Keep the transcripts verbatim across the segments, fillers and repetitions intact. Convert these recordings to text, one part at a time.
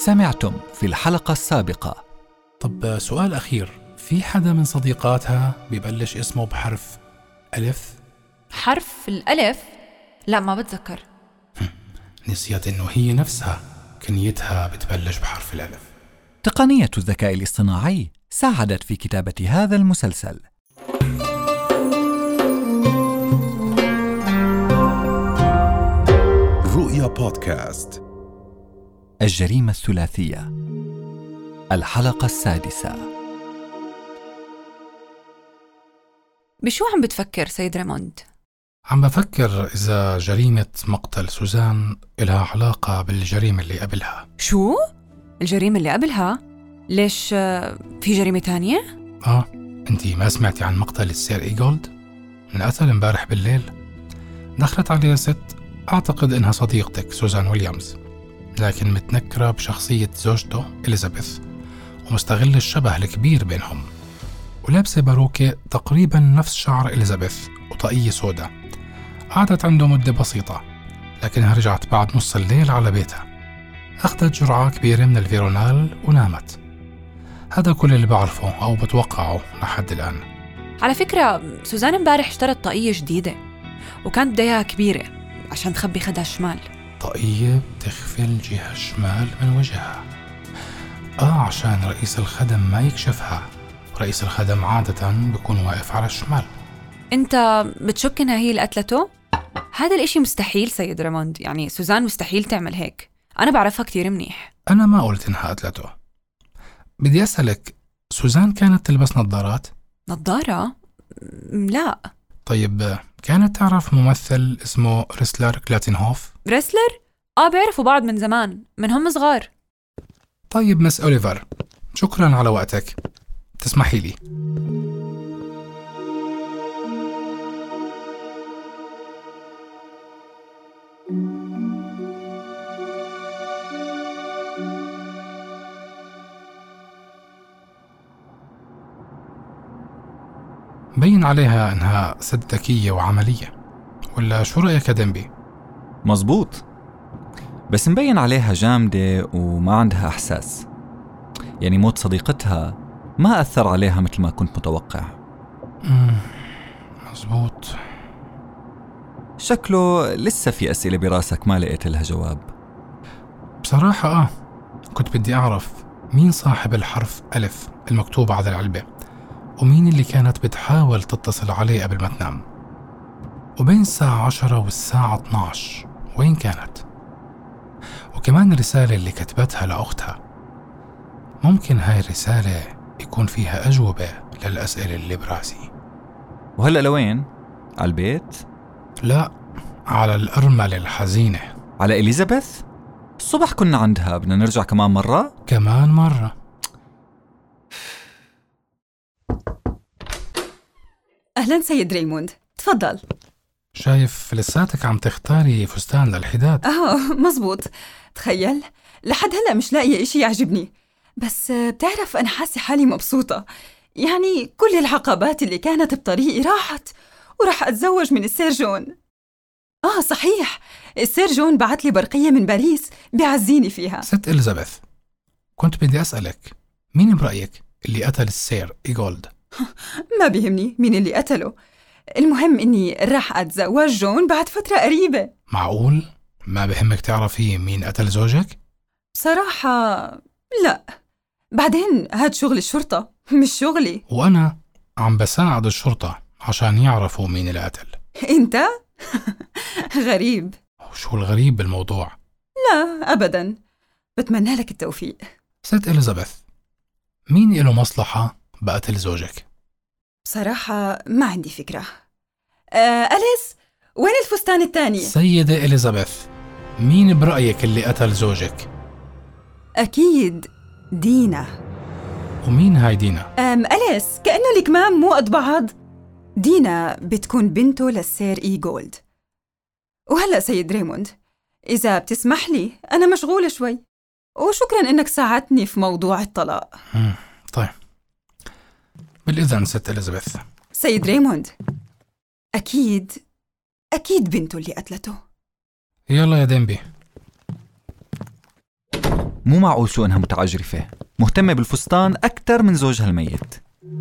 سمعتم في الحلقة السابقة. طب سؤال أخير، في حدا من صديقاتها بيبلش اسمه بحرف ألف؟ حرف الألف؟ لا ما بتذكر. نسيت إنه هي نفسها كنيتها بتبلش بحرف الألف. تقنية الذكاء الاصطناعي ساعدت في كتابة هذا المسلسل. رؤيا بودكاست. الجريمة الثلاثية، الحلقة السادسة. بشو عم بتفكر سيد ريموند؟ عم بفكر إذا جريمة مقتل سوزان إلها علاقة بالجريمة اللي قبلها. شو؟ الجريمة اللي قبلها؟ ليش آه، في جريمة تانية؟ آه، أنتي ما سمعتي عن مقتل السير إيغولد؟ انقتل امبارح بالليل. دخلت عليه ست أعتقد إنها صديقتك سوزان ويليامز، لكن متنكرة بشخصية زوجته إليزابيث، ومستغل الشبه الكبير بينهم، ولابسة باروكة تقريبا نفس شعر إليزابيث وطاقية سودا. قعدت عنده مدة بسيطة، لكنها رجعت بعد نص الليل على بيتها، أخذت جرعة كبيرة من الفيرونال ونامت. هذا كل اللي بعرفه أو بتوقعه لحد الآن. على فكرة سوزان امبارح اشترت طاقية جديدة وكانت بدها كبيرة عشان تخبي خدها الشمال. طاقية بتخفي الجهة الشمال من وجهها؟ آه، عشان رئيس الخدم ما يكشفها. رئيس الخدم عادة بيكون واقف على الشمال. انت بتشك انها هي اللي قتلته؟ هذا الاشي مستحيل سيد ريموند، يعني سوزان مستحيل تعمل هيك، انا بعرفها كتير منيح. أنا ما قلت إنها قتلته. بدي أسألك، سوزان كانت تلبس نظارات؟ نظارة؟ لا. طيب كانت تعرف ممثل اسمه ريسلر كلاتينهوف؟ ريسلر؟ اه بعرفوا بعض من زمان، من هم صغار. طيب مس أوليفر، شكرا على وقتك. تسمحي لي. بين عليها أنها ست ذكية وعملية، ولا شو رأيك يا دنبي؟ مزبوط، بس مبين عليها جامدة وما عندها إحساس. يعني موت صديقتها ما أثر عليها مثل ما كنت متوقع. مم. مزبوط. شكله لسه في أسئلة براسك ما لقيت لها جواب. بصراحة آه كنت بدي أعرف مين صاحب الحرف ألف المكتوب على العلبة، ومين اللي كانت بتحاول تتصل عليه قبل ما تنام، وبين الساعة عشرة والساعة اثناعش وين كانت، وكمان الرسالة اللي كتبتها لأختها. ممكن هاي الرسالة يكون فيها أجوبة للأسئلة اللي براسي. وهلأ لوين؟ على البيت؟ لا، على الأرملة الحزينة، على إليزابيث؟ الصبح كنا عندها، بدنا نرجع كمان مرة؟ كمان مرة. أهلا سيد ريموند، تفضل. شايف لساتك عم تختاري فستان للحداد. آه مزبوط. تخيل لحد هلأ مش لاقية إشي يعجبني، بس بتعرف أنا حاسة حالي مبسوطة. يعني كل العقبات اللي كانت بطريقي راحت، وراح أتزوج من السير جون. آه صحيح، السير جون بعت لي برقية من باريس بيعزيني فيها. ست إليزابيث، كنت بدي أسألك، مين برأيك اللي قتل السير إيغولد؟ ما بيهمني مين اللي قتله، المهم إني راح أتزوج جون بعد فترة قريبة. معقول؟ ما بهمك تعرفي مين قتل زوجك؟ بصراحة لا، بعدين هاد شغل الشرطة مش شغلي. وأنا عم بساعد الشرطة عشان يعرفوا مين اللي قتل. أنت؟ غريب. شو الغريب بالموضوع؟ لا أبداً، بتمنى لك التوفيق. ست إليزابيث، مين له مصلحة بقتل زوجك؟ بصراحة ما عندي فكرة. آه، أليس، وين الفستان الثاني؟ سيدة إليزابيث، مين برأيك اللي قتل زوجك؟ أكيد دينا. ومين هاي دينا؟ أم أليس، كأنه الكمام مو قد بعض. دينا بتكون بنته للسير إيغولد. وهلأ سيد ريموند، إذا بتسمح لي أنا مشغولة شوي، وشكراً إنك ساعدتني في موضوع الطلاق. مم. طيب بالإذن ست إليزابيث. سيد ريموند، أكيد أكيد بنته اللي قتلته. يلا يا ديمبي. مو معقول شو إنها متعجرفة، مهتمة بالفستان أكتر من زوجها الميت.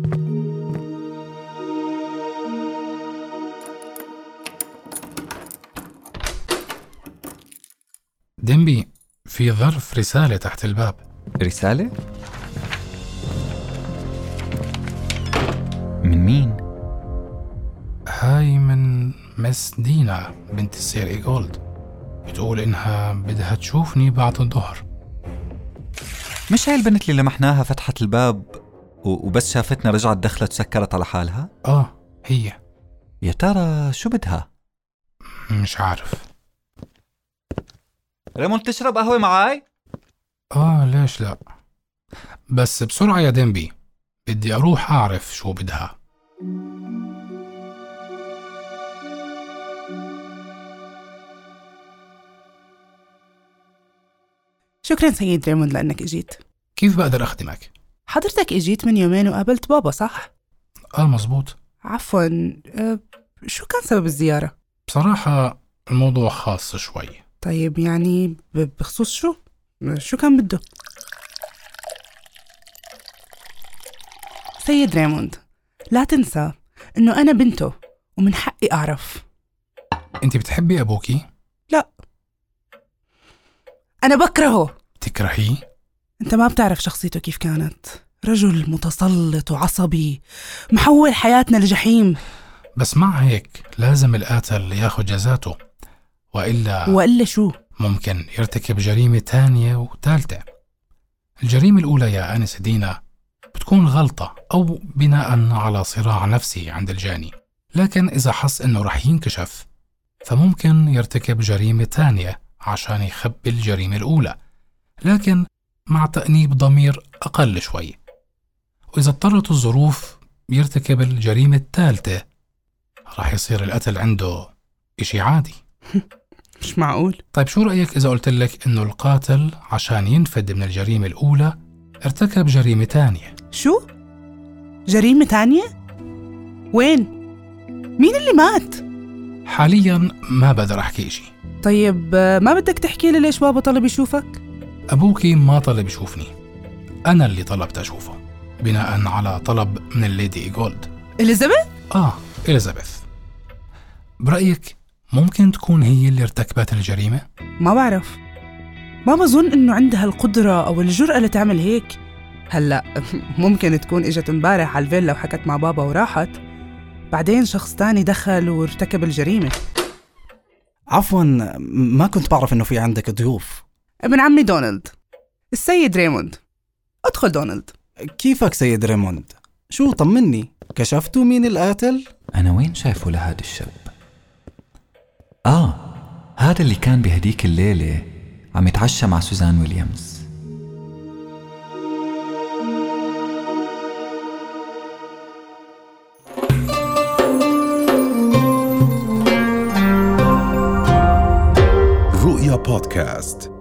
ديمبي، في ظرف رسالة تحت الباب. رسالة؟ من مين؟ هاي من مس دينا بنت السير إيغولد، بتقول إنها بدها تشوفني بعد الظهر. مش هاي البنت اللي لمحناها فتحت الباب وبس شافتنا رجعت دخلت وسكرت على حالها؟ آه هي. يا ترى شو بدها؟ مش عارف. ريمون تشرب قهوة معاي؟ آه ليش لا، بس بسرعة يا ديمبي، بدي أروح أعرف شو بدها. شكرا سيد ريموند لأنك إجيت. كيف بقدر أخدمك؟ حضرتك إجيت من يومين وقابلت بابا صح؟ آه مزبوط. عفوا، أه شو كان سبب الزيارة؟ بصراحة الموضوع خاص شوي. طيب يعني بخصوص شو؟ شو كان بده؟ سيد ريموند، لا تنسى إنه أنا بنته ومن حقي أعرف. أنت بتحبي أبوكي؟ لا، أنا بكرهه. تكرهيه؟ أنت ما بتعرف شخصيته كيف كانت، رجل متسلط وعصبي محول حياتنا لجحيم. بس مع هيك لازم القاتل ياخد جزاته، وإلا وإلا شو؟ ممكن يرتكب جريمة تانية وثالثة. الجريمة الأولى يا آنسة دينا بتكون غلطة أو بناء على صراع نفسي عند الجاني، لكن إذا حس إنه رح ينكشف فممكن يرتكب جريمة تانية عشان يخبي الجريمة الأولى، لكن مع تأنيب ضمير أقل شوي. وإذا اضطرت الظروف يرتكب الجريمة الثالثة، رح يصير القتل عنده إشي عادي. مش معقول. طيب شو رأيك إذا قلت لك إنه القاتل عشان ينفد من الجريمة الأولى ارتكب جريمة تانية؟ شو؟ جريمة تانية؟ وين؟ مين اللي مات؟ حالياً ما بقدر أحكي إشي. طيب ما بدك تحكي لي ليش بابا طلب يشوفك؟ أبوكي ما طلب يشوفني، أنا اللي طلبت أشوفه بناء على طلب من الليدي إيغولد. إليزابيث؟ آه إليزابيث. برأيك ممكن تكون هي اللي ارتكبت الجريمة؟ ما بعرف، ما بظن إنه عندها القدرة أو الجرأة لتعمل هيك. هلأ ممكن تكون إجت امبارح على الفيلا وحكت مع بابا وراحت، بعدين شخص تاني دخل وارتكب الجريمة. عفواً، ما كنت بعرف إنه في عندك ضيوف. ابن عمي دونالد، السيد ريموند. ادخل دونالد. كيفك سيد ريموند؟ شو طمني، كشفتوا مين القاتل؟ أنا وين شايفه لهذا الشاب؟ آه، هذا اللي كان بهديك الليلة عم يتعشى مع سوزان ويليامز. رؤيا بودكاست.